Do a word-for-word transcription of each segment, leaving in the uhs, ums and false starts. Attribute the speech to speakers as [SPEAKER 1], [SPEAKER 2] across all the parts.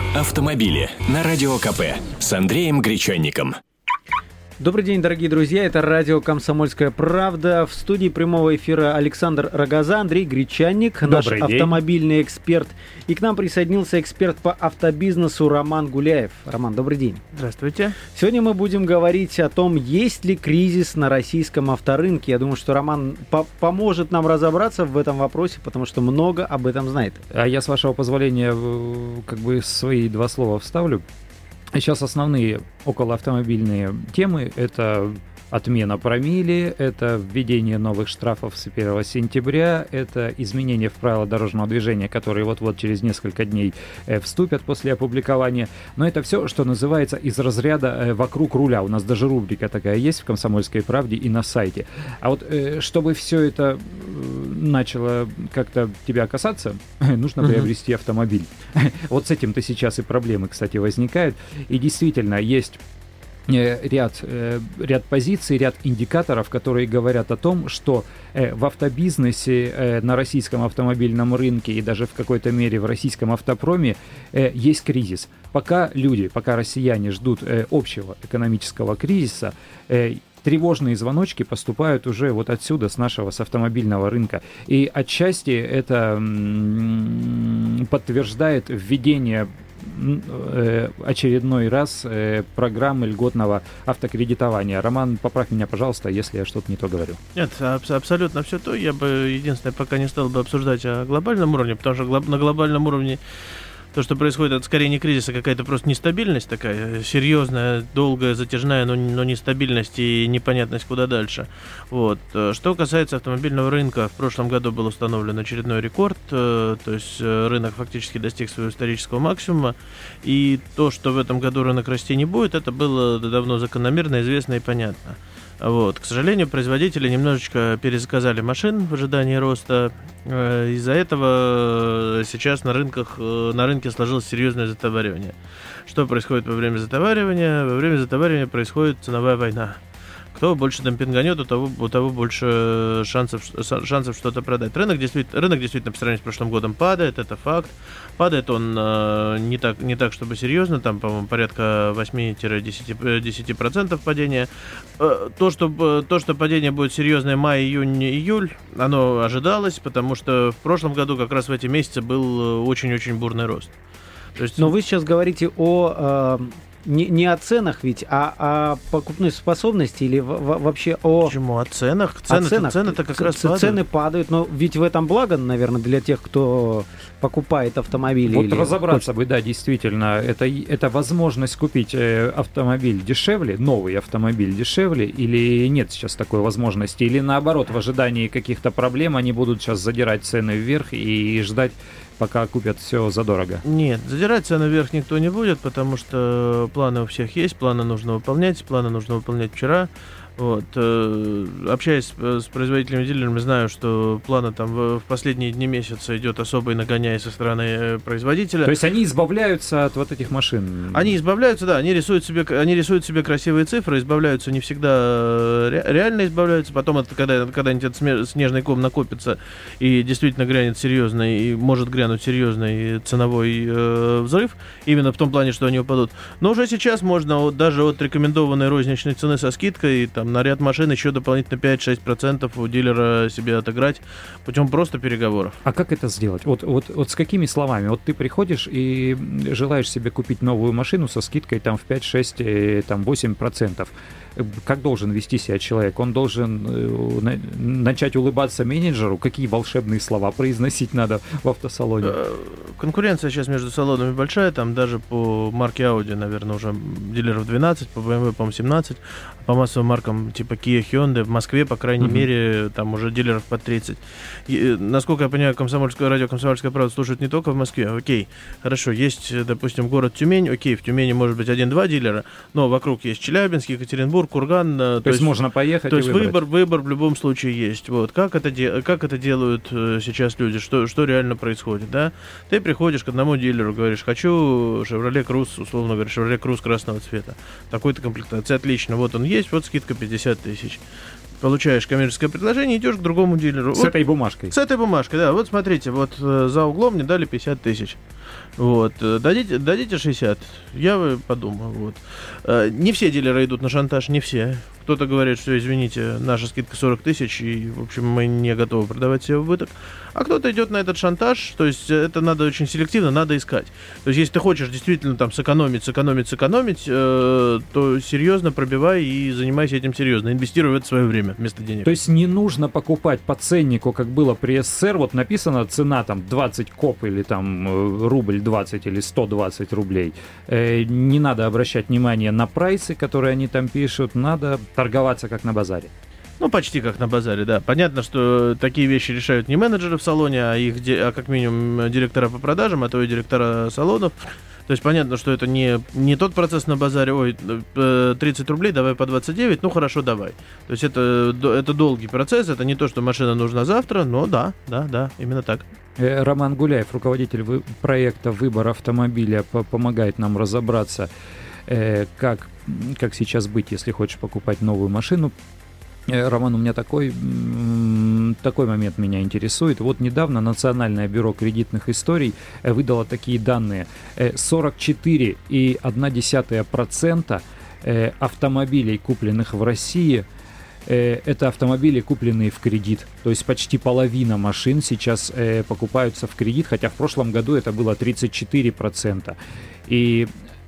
[SPEAKER 1] Автомобили на Радио КП с Андреем Гречанником.
[SPEAKER 2] Добрый день, дорогие друзья, это радио «Комсомольская правда». В студии прямого эфира Александр Рогоза, Андрей Гречанник, наш
[SPEAKER 3] Добрый
[SPEAKER 2] автомобильный
[SPEAKER 3] день.
[SPEAKER 2] эксперт. И к нам присоединился эксперт по автобизнесу Роман Гуляев. Роман, добрый день.
[SPEAKER 4] Здравствуйте.
[SPEAKER 2] Сегодня мы будем говорить о том, есть ли кризис на российском авторынке. Я думаю, что Роман по- поможет нам разобраться в этом вопросе, потому что много об этом знает.
[SPEAKER 3] А я, с вашего позволения, как бы свои два слова вставлю. Сейчас основные околоавтомобильные темы — это отмена промилле, это введение новых штрафов с первого сентября, это изменения в правила дорожного движения, которые вот-вот через несколько дней э, вступят после опубликования. Но это все, что называется, из разряда э, «вокруг руля». У нас даже рубрика такая есть в «Комсомольской правде» и на сайте. А вот э, чтобы все это э, начало как-то тебя касаться, нужно приобрести автомобиль. Вот с этим-то сейчас и проблемы, кстати, возникают. И действительно, есть ряд, ряд позиций, ряд индикаторов, которые говорят о том, что в автобизнесе, на российском автомобильном рынке и даже в какой-то мере в российском автопроме есть кризис. Пока люди, пока россияне ждут общего экономического кризиса, тревожные звоночки поступают уже вот отсюда, с нашего, с автомобильного рынка. И отчасти это м- подтверждает введение очередной раз э, программы льготного автокредитования. Роман, поправь меня, пожалуйста, если я что-то не то говорю.
[SPEAKER 4] Нет, аб- абсолютно все то. Я бы, единственное, пока не стал бы обсуждать о глобальном уровне, потому что глоб- на глобальном уровне то, что происходит, это скорее не кризис, а какая-то просто нестабильность такая, серьезная, долгая, затяжная, но, но нестабильность и непонятность, куда дальше. Вот. Что касается автомобильного рынка, в прошлом году был установлен очередной рекорд, то есть рынок фактически достиг своего исторического максимума, и то, что в этом году рынок расти не будет, это было давно закономерно, известно и понятно. Вот. К сожалению, производители немножечко перезаказали машин в ожидании роста. Из-за этого сейчас на рынках, на рынке сложилось серьезное затоваривание. Что происходит во время затоваривания? Во время затоваривания происходит ценовая война. Кто больше демпинганет, у того, у того больше шансов, шансов что-то продать. Рынок действительно, рынок действительно по сравнению с прошлым годом падает, это факт. Падает он э, не, так, не так, чтобы серьезно, там, по-моему, порядка восемь-десять процентов падения. Э, то, что, то, что падение будет серьезное май, июнь, июль, оно ожидалось, потому что в прошлом году как раз в эти месяцы был очень-очень бурный рост. То есть...
[SPEAKER 2] Но вы сейчас говорите о... Э... Не, не о ценах ведь, а о покупной способности или в, в, вообще о...
[SPEAKER 4] Почему? О ценах? Цены,
[SPEAKER 2] о ценах.
[SPEAKER 4] Цены-то как
[SPEAKER 2] Ц-
[SPEAKER 4] раз
[SPEAKER 2] цены
[SPEAKER 4] падают.
[SPEAKER 2] Цены падают, но ведь в этом благо, наверное, для тех, кто покупает автомобили.
[SPEAKER 3] Вот
[SPEAKER 2] или
[SPEAKER 3] разобраться
[SPEAKER 2] хочет...
[SPEAKER 3] бы, да, действительно, это, это возможность купить автомобиль дешевле, новый автомобиль дешевле, или нет сейчас такой возможности, или наоборот, в ожидании каких-то проблем они будут сейчас задирать цены вверх и ждать, пока купят все задорого?
[SPEAKER 4] Нет, задирать цены вверх никто не будет, потому что планы у всех есть, планы нужно выполнять, планы нужно выполнять вчера. Вот. Общаясь с производителями, дилерами, знаю, что планы там в последние дни месяца идет особый нагоняй со стороны производителя.
[SPEAKER 3] То есть они избавляются от вот этих машин?
[SPEAKER 4] Они избавляются, да, они рисуют себе, они рисуют себе красивые цифры, избавляются не всегда реально избавляются. Потом, это, когда, когда-нибудь этот снежный ком накопится и действительно грянет серьезный, и может грянуть серьезный ценовой э, взрыв, именно в том плане, что они упадут. Но уже сейчас можно даже от рекомендованной розничной цены со скидкой там, на ряд машин еще дополнительно пять-шесть процентов у дилера себе отыграть путем просто переговоров.
[SPEAKER 3] А как это сделать? Вот, вот, вот с какими словами? Вот ты приходишь и желаешь себе купить новую машину со скидкой там, в пять-шесть, там, восемь процентов. Как должен вести себя человек? Он должен э, начать улыбаться менеджеру? Какие волшебные слова произносить надо в автосалоне?
[SPEAKER 4] Конкуренция сейчас между салонами большая. Там даже по марке Audi, наверное, уже дилеров двенадцать, по бэ эм вэ, по-моему, семнадцать. По массовым маркам типа Kia, Hyundai в Москве, по крайней uh-huh. мере, там уже дилеров по тридцать. И, насколько я понимаю, Комсомольское радио «Комсомольская правда» слушают не только в Москве. Окей, хорошо, есть, допустим, город Тюмень. Окей, в Тюмени может быть один-два дилера, но вокруг есть Челябинск, Екатеринбург, Курган. То,
[SPEAKER 3] то есть можно поехать
[SPEAKER 4] то
[SPEAKER 3] и
[SPEAKER 4] есть
[SPEAKER 3] выбрать.
[SPEAKER 4] выбор, выбор в любом случае есть. Вот. Как, это де- как это делают э, сейчас люди? Что, что реально происходит? Да? Ты приходишь к одному дилеру, говоришь, хочу Chevrolet Cruze, условно говоря, Chevrolet Cruze красного цвета. Такой-то комплектации. Отлично. Вот он есть, вот скидка пятьдесят тысяч. Получаешь коммерческое предложение, идешь к другому дилеру.
[SPEAKER 3] С
[SPEAKER 4] вот,
[SPEAKER 3] этой бумажкой.
[SPEAKER 4] С этой бумажкой, да. Вот смотрите, вот э, за углом мне дали пятьдесят тысяч. Вот. Дадите, дадите шестьдесят, я подумаю. Вот. Не все дилеры идут на шантаж, не все. Кто-то говорит, что, извините, наша скидка сорок тысяч, и, в общем, мы не готовы продавать себе в убыток. А кто-то идет на этот шантаж, то есть это надо очень селективно, надо искать. То есть если ты хочешь действительно там сэкономить, сэкономить, сэкономить, э, то серьезно пробивай и занимайся этим серьезно. Инвестируй в это свое время вместо денег.
[SPEAKER 3] То есть не нужно покупать по ценнику, как было при эс эс эс эр, вот написано цена там двадцать коп или там рубль двадцать или сто двадцать рублей. Э, не надо обращать внимание на прайсы, которые они там пишут, надо торговаться как на базаре.
[SPEAKER 4] Ну, почти как на базаре, да. Понятно, что такие вещи решают не менеджеры в салоне, а их, а как минимум директора по продажам, а то и директора салонов. То есть понятно, что это не, не тот процесс на базаре, ой, тридцать рублей, давай по двадцать девять, ну хорошо, давай. То есть это, это долгий процесс, это не то, что машина нужна завтра, но да, да, да, именно так.
[SPEAKER 3] Роман Гуляев, руководитель вы, проекта «Выбор автомобиля», помогает нам разобраться, э, как, как сейчас быть, если хочешь покупать новую машину. Роман, у меня такой, такой момент меня интересует. Вот недавно Национальное бюро кредитных историй выдало такие данные. сорок четыре и одна десятая процента автомобилей, купленных в России, это автомобили, купленные в кредит. То есть почти половина машин сейчас покупаются в кредит, хотя в прошлом году это было тридцать четыре процента. И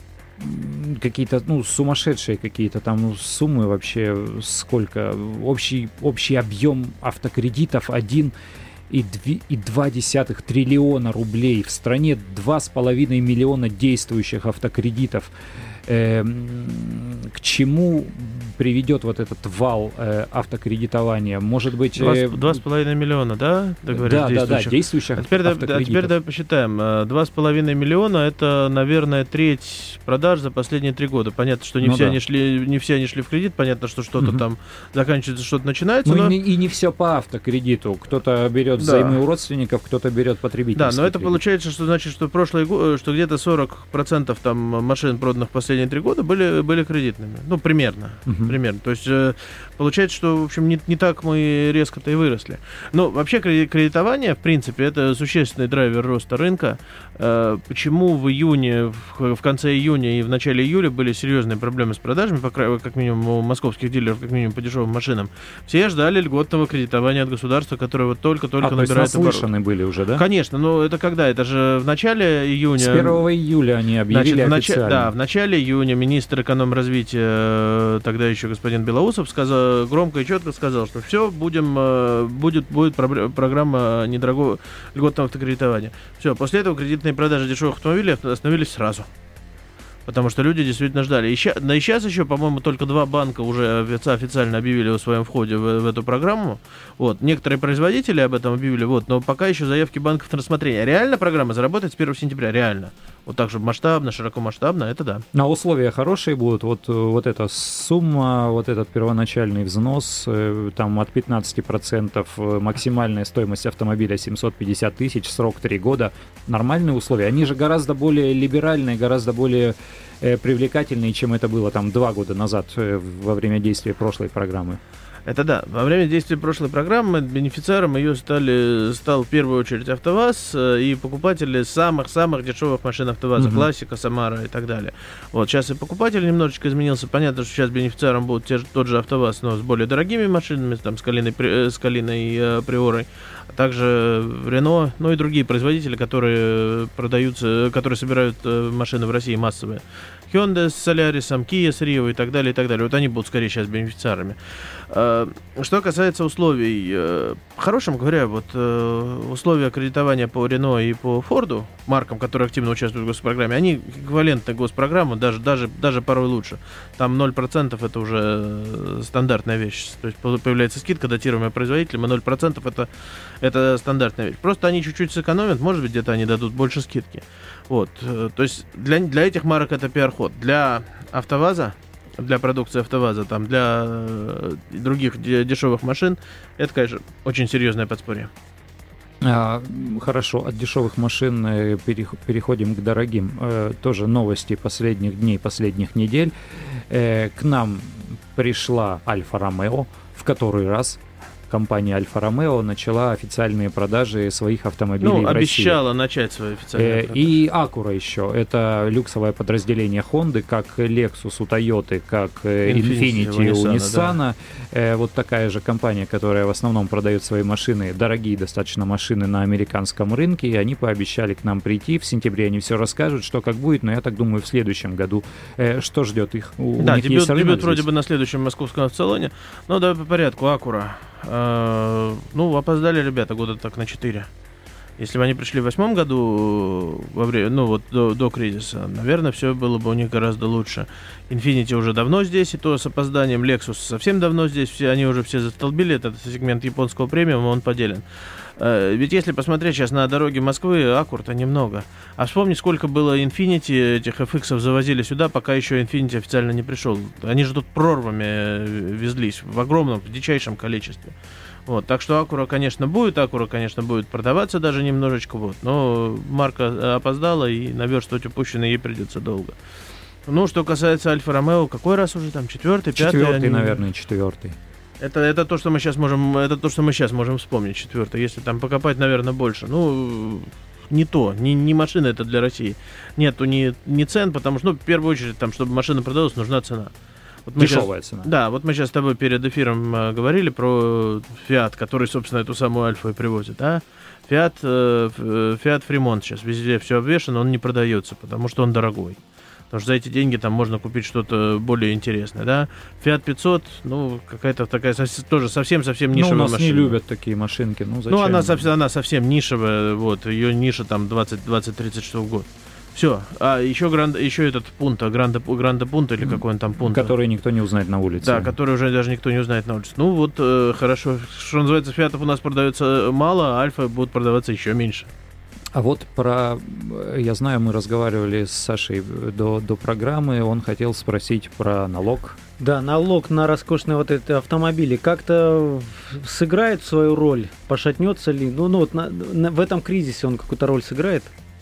[SPEAKER 3] какие-то, ну, сумасшедшие какие-то там суммы вообще, сколько, общий, общий объем автокредитов один и два десятых триллиона рублей. В стране два с половиной миллиона действующих автокредитов. Э, к чему приведет вот этот вал э, автокредитования? Может быть... Э,
[SPEAKER 4] Два с половиной миллиона, да? Ты говоришь,
[SPEAKER 3] да,
[SPEAKER 4] действующих?
[SPEAKER 3] да, да, действующих
[SPEAKER 4] а теперь,
[SPEAKER 3] автокредитов.
[SPEAKER 4] А теперь давай посчитаем. Два с половиной миллиона — это, наверное, треть продаж за последние три года. Понятно, что не, ну все, да. они шли, не все они шли в кредит, понятно, что что-то угу. там заканчивается, что-то начинается.
[SPEAKER 3] Ну
[SPEAKER 4] но...
[SPEAKER 3] и, и не все по автокредиту. Кто-то берет да. взаймы у родственников, кто-то берет потребительский
[SPEAKER 4] Да, но это
[SPEAKER 3] кредит.
[SPEAKER 4] Получается, что значит, что прошлый год, что где-то сорок процентов там машин, проданных в последние три года, были, были кредитными. Ну, примерно. Угу. Примерно. То есть э, получается, что, в общем, не, не так мы резко-то и выросли. Но вообще кредитование, в принципе, это существенный драйвер роста рынка. Э, почему в июне, в, в конце июня и в начале июля были серьезные проблемы с продажами, по, как минимум у московских дилеров, как минимум по дешевым машинам? Все ждали льготного кредитования от государства, которое вот только-только
[SPEAKER 3] а,
[SPEAKER 4] набирает
[SPEAKER 3] обороты. Наслышаны были уже, да?
[SPEAKER 4] Конечно, но это когда? Это же в начале июня.
[SPEAKER 3] С первого июля они объявили
[SPEAKER 4] Значит,
[SPEAKER 3] официально.
[SPEAKER 4] В нач... Да, в начале июня министр экономразвития, тогда еще господин Белоусов, сказал, громко и четко сказал, что все, будем, будет, будет программа недорогого льготного автокредитования. Все, после этого кредитные продажи дешевых автомобилей остановились сразу. Потому что люди действительно ждали. И ща, да и сейчас еще, по-моему, только два банка уже официально объявили о своем входе в, в эту программу. Вот. Некоторые производители об этом объявили, вот, но пока еще заявки банков на рассмотрение. Реально программа заработает с первого сентября, реально. Вот так же масштабно, широкомасштабно, это да.
[SPEAKER 3] На условия хорошие будут. Вот, вот эта сумма, вот этот первоначальный взнос, там от пятнадцати процентов, максимальная стоимость автомобиля семьсот пятьдесят тысяч, срок три года. Нормальные условия. Они же гораздо более либеральные, гораздо более э, привлекательные, чем это было там два года назад э, во время действия прошлой программы.
[SPEAKER 4] Это да. Во время действия прошлой программы бенефициаром ее стали, стал в первую очередь АвтоВАЗ и покупатели самых-самых дешевых машин АвтоВАЗа, uh-huh. Классика, Самара и так далее. Вот сейчас и покупатель немножечко изменился. Понятно, что сейчас бенефициаром будут те, тот же АвтоВАЗ, но с более дорогими машинами, там, с Калиной, с Калиной э, Приорой, а также Рено, ну и другие производители, которые продаются, которые собирают э, машины в России массовые. Hyundai с Солярисом, Kia с Rio и так далее, и так далее. Вот они будут скорее сейчас бенефициарами. Что касается условий, по-хорошему говоря, вот условия кредитования по Renault и по Ford, маркам, которые активно участвуют в госпрограмме, они эквивалентны госпрограммам, даже, даже, даже порой лучше. Там ноль процентов это уже стандартная вещь. То есть появляется скидка, датируемая производителем, и ноль процентов это, это стандартная вещь. Просто они чуть-чуть сэкономят, может быть, где-то они дадут больше скидки. Вот. То есть для, для этих марок это пиар-ход. Для АвтоВАЗа, для продукции АвтоВАЗа, там, для э, других дешевых машин, это, конечно, очень серьезное подспорье.
[SPEAKER 3] А, хорошо, от дешевых машин э, переходим к дорогим. Э, тоже новости последних дней, последних недель. Э, к нам пришла Альфа Ромео в который раз. компания Альфа-Ромео начала официальные продажи своих автомобилей
[SPEAKER 4] ну,
[SPEAKER 3] в России.
[SPEAKER 4] обещала начать свои официальные продажи.
[SPEAKER 3] И Acura еще. Это люксовое подразделение Honda, как Lexus у Toyota, как Infiniti, Infiniti у Nissan. Да. Вот такая же компания, которая в основном продает свои машины, дорогие достаточно машины на американском рынке, и они пообещали к нам прийти. В сентябре они все расскажут, что как будет, но я так думаю, в следующем году. Что ждет их? У
[SPEAKER 4] да,
[SPEAKER 3] них
[SPEAKER 4] дебют,
[SPEAKER 3] есть
[SPEAKER 4] дебют вроде бы на следующем московском автосалоне. Ну, давай по порядку. Acura. Uh, ну, опоздали ребята года так на четыре. Если бы они пришли в восьмом году, во время, ну вот до, до кризиса, наверное, все было бы у них гораздо лучше. Infiniti уже давно здесь, и то с опозданием. Lexus совсем давно здесь, все, они уже все застолбили, этот сегмент японского премиума, он поделен. Uh, ведь если посмотреть сейчас на дороге Москвы, Acura-то немного. А вспомни, сколько было Infiniti, этих эф иксов завозили сюда, пока еще Infiniti официально не пришел. Они же тут прорвами везлись в огромном, в дичайшем количестве. Вот, так что Acura, конечно, будет, Acura, конечно, будет продаваться даже немножечко, вот, но марка опоздала, и наверстывать упущенное ей придется долго. Ну, что касается Альфа-Ромео, какой раз уже там, четвертый, пятый?
[SPEAKER 3] Четвертый,
[SPEAKER 4] они...
[SPEAKER 3] наверное, четвертый.
[SPEAKER 4] Это, это то, что мы сейчас можем, это то, что мы сейчас можем вспомнить, четвертый. Если там покопать, наверное, больше. Ну, не то, не, не машина это для России. Нету ни, ни цен, потому что, ну, в первую очередь, там, чтобы машина продалась, нужна цена. Вот
[SPEAKER 3] дешевая
[SPEAKER 4] сейчас,
[SPEAKER 3] цена.
[SPEAKER 4] Да, вот мы сейчас с тобой перед эфиром э, говорили про Fiat, который, собственно, эту самую Альфу и привозит, да? Fiat, э, Fiat Fremont сейчас везде все обвешано, он не продается, потому что он дорогой. Потому что за эти деньги там можно купить что-то более интересное, да? Fiat пятьсот, ну, какая-то такая тоже совсем-совсем нишевая машина.
[SPEAKER 3] Ну, у нас машина. Не любят такие машинки, ну, зачем?
[SPEAKER 4] Ну, она, совсем, она совсем нишевая, вот, ее ниша там двадцать-тридцать штук в год. Все. А еще, гранд, еще этот Пунто, Гранде, Гранде Пунто, или какой он там Пунто.
[SPEAKER 3] Который никто не узнает на улице.
[SPEAKER 4] Да, который уже даже никто не узнает на улице. Ну вот, э, хорошо. Что называется, Фиатов у нас продается мало, а Альфа будут продаваться еще меньше.
[SPEAKER 3] А вот про... Я знаю, мы разговаривали с Сашей до, до программы, он хотел спросить про налог.
[SPEAKER 2] Да, налог на роскошные вот эти автомобили как-то сыграет свою роль? Пошатнется ли? Ну, ну вот на, на, в этом кризисе он какую-то роль сыграет?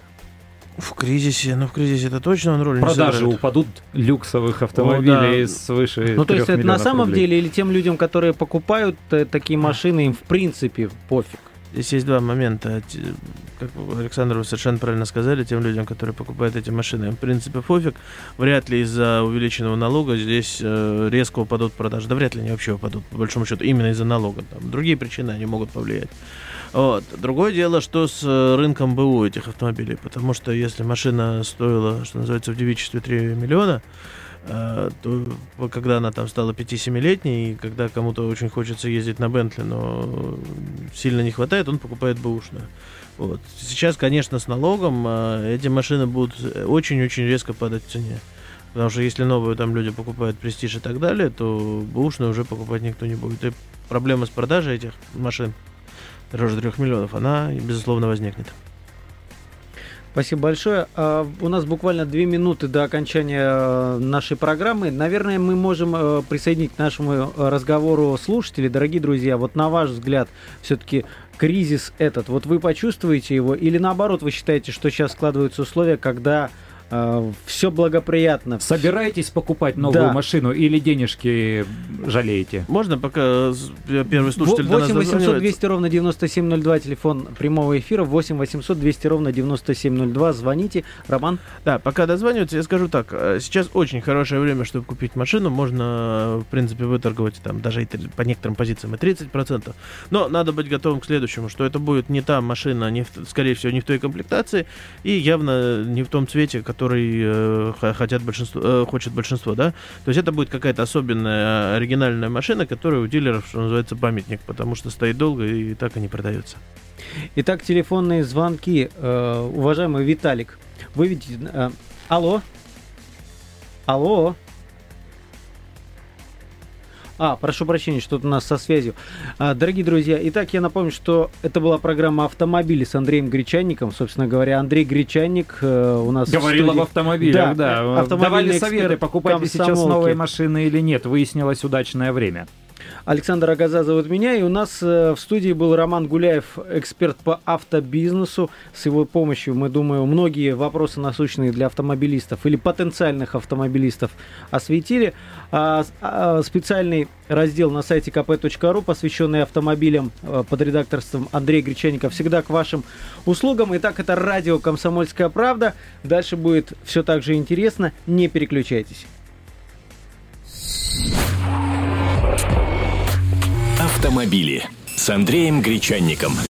[SPEAKER 4] В кризисе, ну в кризисе это точно он роль
[SPEAKER 3] Продажи
[SPEAKER 4] не сыграет.
[SPEAKER 3] Упадут люксовых автомобилей
[SPEAKER 4] О, да.
[SPEAKER 3] свыше
[SPEAKER 2] Ну то есть это на самом
[SPEAKER 3] рублей.
[SPEAKER 2] деле или тем людям, которые покупают э, такие машины, им в принципе пофиг?
[SPEAKER 4] Здесь есть два момента. Как Александр, вы совершенно правильно сказали, тем людям, которые покупают эти машины, им в принципе пофиг. Вряд ли из-за увеличенного налога здесь э, резко упадут продажи. Да вряд ли они вообще упадут, по большому счету, именно из-за налога. Там другие причины они могут повлиять. Вот. Другое дело, что с рынком БУ этих автомобилей, потому что если машина стоила, что называется, в девичестве три миллиона, э, то когда она там стала пяти-семилетней, и когда кому-то очень хочется ездить на Бентли, но сильно не хватает, он покупает бэушную. Вот. Сейчас, конечно, с налогом э, эти машины будут очень-очень резко падать в цене. Потому что если новую там люди покупают Престиж и так далее, то бэушную уже покупать никто не будет. И проблема с продажей этих машин дороже трех миллионов, она, безусловно, возникнет.
[SPEAKER 2] Спасибо большое. А, у нас буквально две минуты до окончания нашей программы. Наверное, мы можем а, присоединить к нашему разговору слушателей. Дорогие друзья, вот на ваш взгляд, все-таки кризис этот, вот вы почувствуете его или наоборот вы считаете, что сейчас складываются условия, когда Uh, все благоприятно.
[SPEAKER 3] Собираетесь покупать новую
[SPEAKER 2] да.
[SPEAKER 3] машину или денежки жалеете?
[SPEAKER 4] Можно, пока первый слушатель до нас
[SPEAKER 2] восемь восемьсот двести ровно девяносто семь ноль два, телефон прямого эфира, восемь восемьсот двести ровно девяносто семь ноль два, звоните. Роман?
[SPEAKER 4] Да, пока дозваниваются, я скажу так, сейчас очень хорошее время, чтобы купить машину, можно, в принципе, выторговать там даже и по некоторым позициям и тридцать процентов, но надо быть готовым к следующему, что это будет не та машина, не в, скорее всего, не в той комплектации и явно не в том цвете, который э, хотят большинство, э, хочет большинство, да? То есть это будет какая-то особенная, оригинальная машина, которая у дилеров, что называется, памятник, потому что стоит долго и так и не продается.
[SPEAKER 2] Итак, телефонные звонки. Э, уважаемый Виталик, вы видите... Э, алло? Алло? А, прошу прощения, что-то у нас со связью. А, дорогие друзья, итак, я напомню, что это была программа «Автомобили» с Андреем Гречанником. Собственно говоря, Андрей Гречанник э, у нас
[SPEAKER 3] говорил
[SPEAKER 2] в студии.
[SPEAKER 3] об автомобилях, да. да. Давали советы, покупать ли сейчас новые машины или нет. Выяснилось удачное время.
[SPEAKER 2] Александр Агаза зовут меня, и у нас в студии был Роман Гуляев, эксперт по автобизнесу. С его помощью, мы думаю, многие вопросы насущные для автомобилистов или потенциальных автомобилистов осветили. Специальный раздел на сайте ка пэ точка ру, посвященный автомобилям, под редакторством Андрея Гречанникова, всегда к вашим услугам. Итак, это радио «Комсомольская правда». Дальше будет все так же интересно. Не переключайтесь.
[SPEAKER 1] Автомобили с Андреем Гречанником.